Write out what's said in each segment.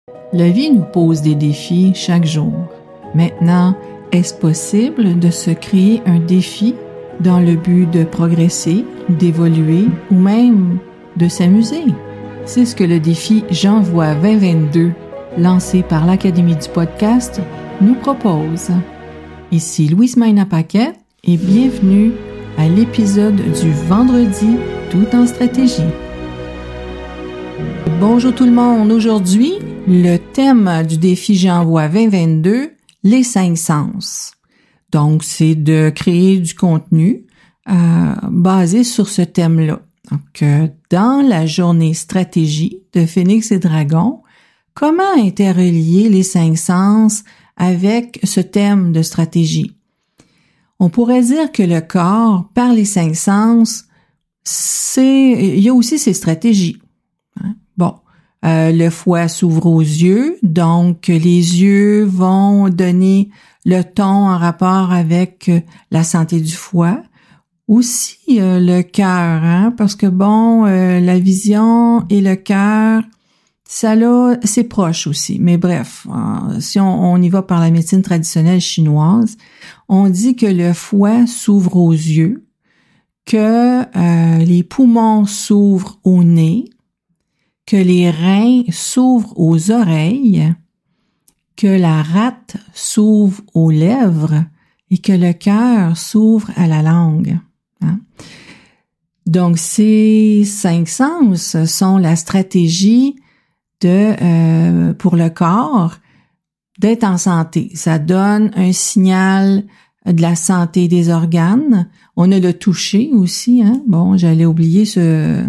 La vie nous pose des défis chaque jour. Maintenant, est-ce possible de se créer un défi dans le but de progresser, d'évoluer ou même de s'amuser? C'est ce que le défi J'envoie 2022, lancé par l'Académie du podcast, nous propose. Ici Louise Maina-Paquet et bienvenue à l'épisode du vendredi Tout en stratégie. Bonjour tout le monde, aujourd'hui, le thème du défi J'envoie 2022, les 5 sens. Donc, c'est de créer du contenu basé sur ce thème-là. Donc, dans la journée stratégie de Phénix et Dragon, comment interrelier les 5 sens avec ce thème de stratégie? On pourrait dire que le corps, par les 5 sens, il y a aussi ses stratégies. Bon, le foie s'ouvre aux yeux, donc les yeux vont donner le ton en rapport avec la santé du foie. Aussi le cœur, parce que la vision et le cœur, c'est proche aussi. Mais bref, si on y va par la médecine traditionnelle chinoise, on dit que le foie s'ouvre aux yeux, que les poumons s'ouvrent au nez, que les reins s'ouvrent aux oreilles, que la rate s'ouvre aux lèvres et que le cœur s'ouvre à la langue. Donc, ces 5 sens sont la stratégie pour le corps d'être en santé. Ça donne un signal de la santé des organes. On a le toucher aussi. Bon, j'allais oublier ce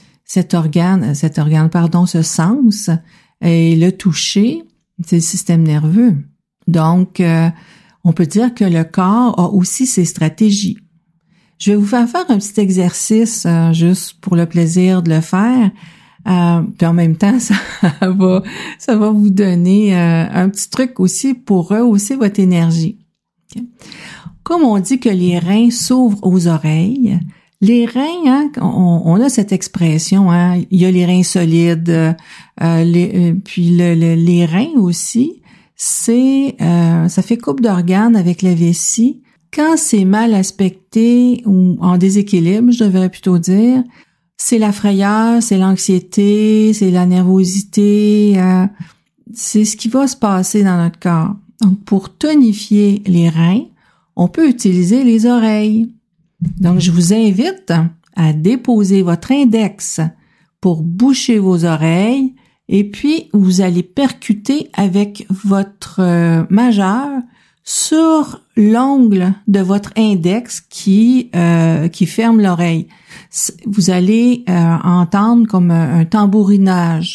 sens. Et le toucher, c'est le système nerveux. Donc, on peut dire que le corps a aussi ses stratégies. Je vais vous faire un petit exercice juste pour le plaisir de le faire. Puis en même temps, ça va vous donner un petit truc aussi pour rehausser votre énergie. Okay? Comme on dit que les reins s'ouvrent aux oreilles, les reins, on a cette expression, il y a les reins solides, puis les reins aussi, ça fait couple d'organes avec la vessie. Quand c'est mal aspecté ou en déséquilibre, je devrais plutôt dire, c'est la frayeur, c'est l'anxiété, c'est la nervosité, c'est ce qui va se passer dans notre corps. Donc, pour tonifier les reins, on peut utiliser les oreilles. Donc, je vous invite à déposer votre index pour boucher vos oreilles et puis vous allez percuter avec votre majeur sur l'ongle de votre index qui ferme l'oreille. Vous allez entendre comme un tambourinement.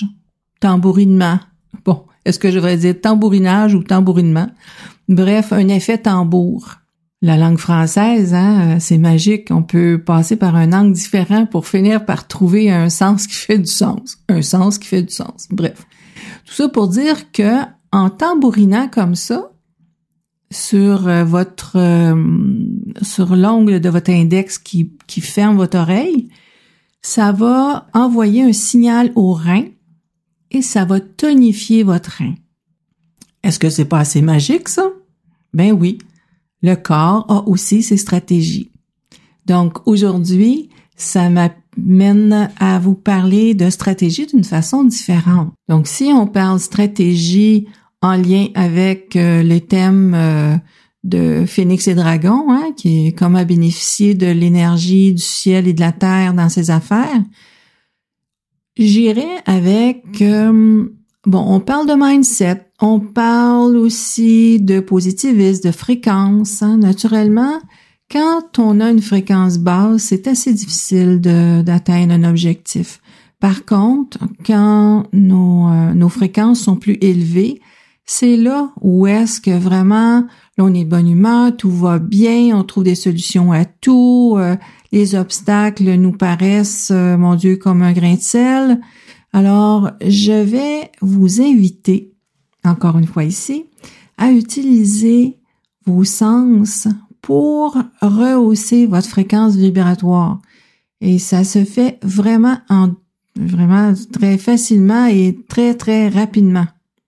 Bon, est-ce que je devrais dire tambourinage ou tambourinement? Bref, un effet tambour. La langue française, c'est magique. On peut passer par un angle différent pour finir par trouver un sens qui fait du sens. Un sens qui fait du sens. Bref. Tout ça pour dire que en tambourinant comme ça, sur l'ongle de votre index qui ferme votre oreille, ça va envoyer un signal au rein et ça va tonifier votre rein. Est-ce que c'est pas assez magique, ça? Ben oui. Le corps a aussi ses stratégies. Donc, aujourd'hui, ça m'amène à vous parler de stratégie d'une façon différente. Donc, si on parle stratégie en lien avec le thème de Phénix et Dragon, qui est comment bénéficier de l'énergie du ciel et de la terre dans ses affaires, j'irai avec... on parle de mindset, on parle aussi de positivisme, de fréquence. Naturellement, quand on a une fréquence basse, c'est assez difficile d'atteindre un objectif. Par contre, quand nos fréquences sont plus élevées, c'est là où est-ce que vraiment, là, on est de bonne humeur, tout va bien, on trouve des solutions à tout, les obstacles nous paraissent, mon Dieu, comme un grain de sel. Alors, je vais vous inviter, encore une fois ici, à utiliser vos sens pour rehausser votre fréquence vibratoire. Et ça se fait vraiment très facilement et très, très rapidement.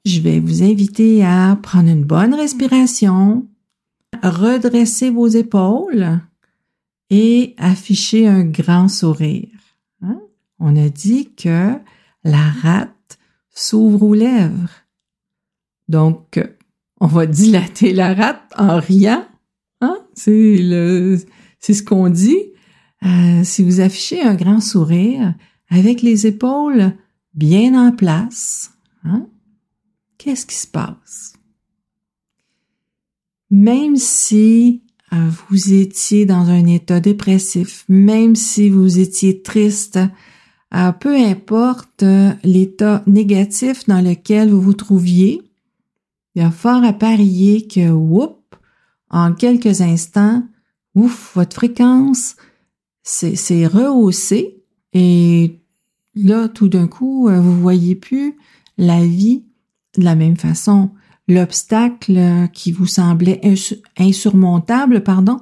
je vais vous inviter à prendre une bonne respiration, redresser vos épaules et afficher un grand sourire. Hein? On a dit que la rate s'ouvre aux lèvres. Donc, on va dilater la rate en riant. Hein? C'est ce qu'on dit. Si vous affichez un grand sourire avec les épaules bien en place, hein? Qu'est-ce qui se passe? Même si vous étiez dans un état dépressif, même si vous étiez triste, peu importe l'état négatif dans lequel vous vous trouviez, il y a fort à parier que, en quelques instants, votre fréquence s'est rehaussée et là, tout d'un coup, vous voyez plus la vie de la même façon. L'obstacle qui vous semblait insurmontable,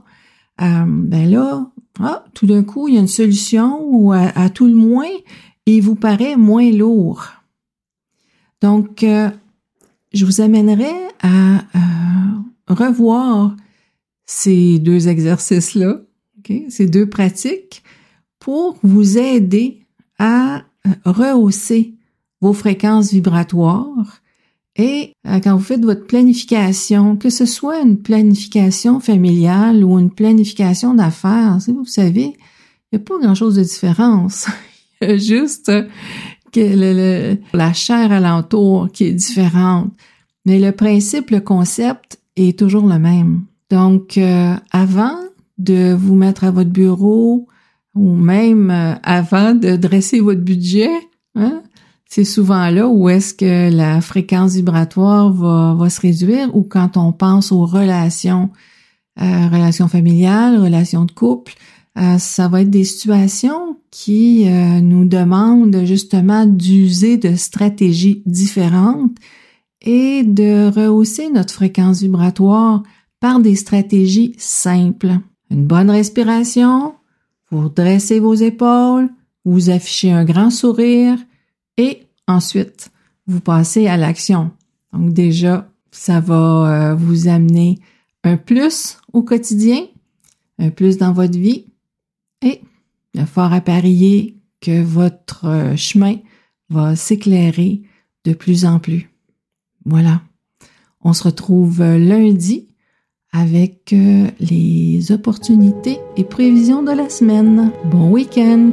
ben là, tout d'un coup, il y a une solution ou à tout le moins, il vous paraît moins lourd. Donc, je vous amènerai à revoir ces deux exercices-là, okay, ces deux pratiques, pour vous aider à rehausser vos fréquences vibratoires. Et quand vous faites votre planification, que ce soit une planification familiale ou une planification d'affaires, vous savez, il n'y a pas grand-chose de différence. Il y a juste que la chair alentour qui est différente. Mais le principe, le concept est toujours le même. Donc, avant de vous mettre à votre bureau ou même avant de dresser votre budget, hein, c'est souvent là où est-ce que la fréquence vibratoire va se réduire ou quand on pense aux relations familiales, relations de couple, ça va être des situations qui nous demandent justement d'user de stratégies différentes et de rehausser notre fréquence vibratoire par des stratégies simples. Une bonne respiration, vous dressez vos épaules, vous affichez un grand sourire et ensuite, vous passez à l'action. Donc déjà, ça va vous amener un plus au quotidien, un plus dans votre vie et il y a fort à parier que votre chemin va s'éclairer de plus en plus. Voilà. On se retrouve lundi avec les opportunités et prévisions de la semaine. Bon week-end!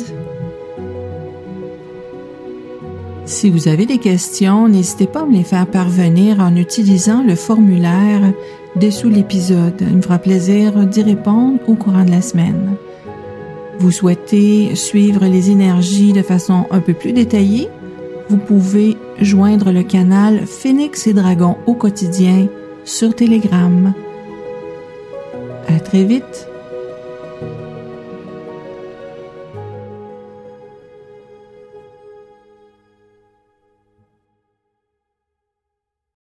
Si vous avez des questions, n'hésitez pas à me les faire parvenir en utilisant le formulaire dessous l'épisode. Il me fera plaisir d'y répondre au courant de la semaine. Vous souhaitez suivre les énergies de façon un peu plus détaillée? Vous pouvez joindre le canal Phénix et Dragon au quotidien sur Telegram. À très vite!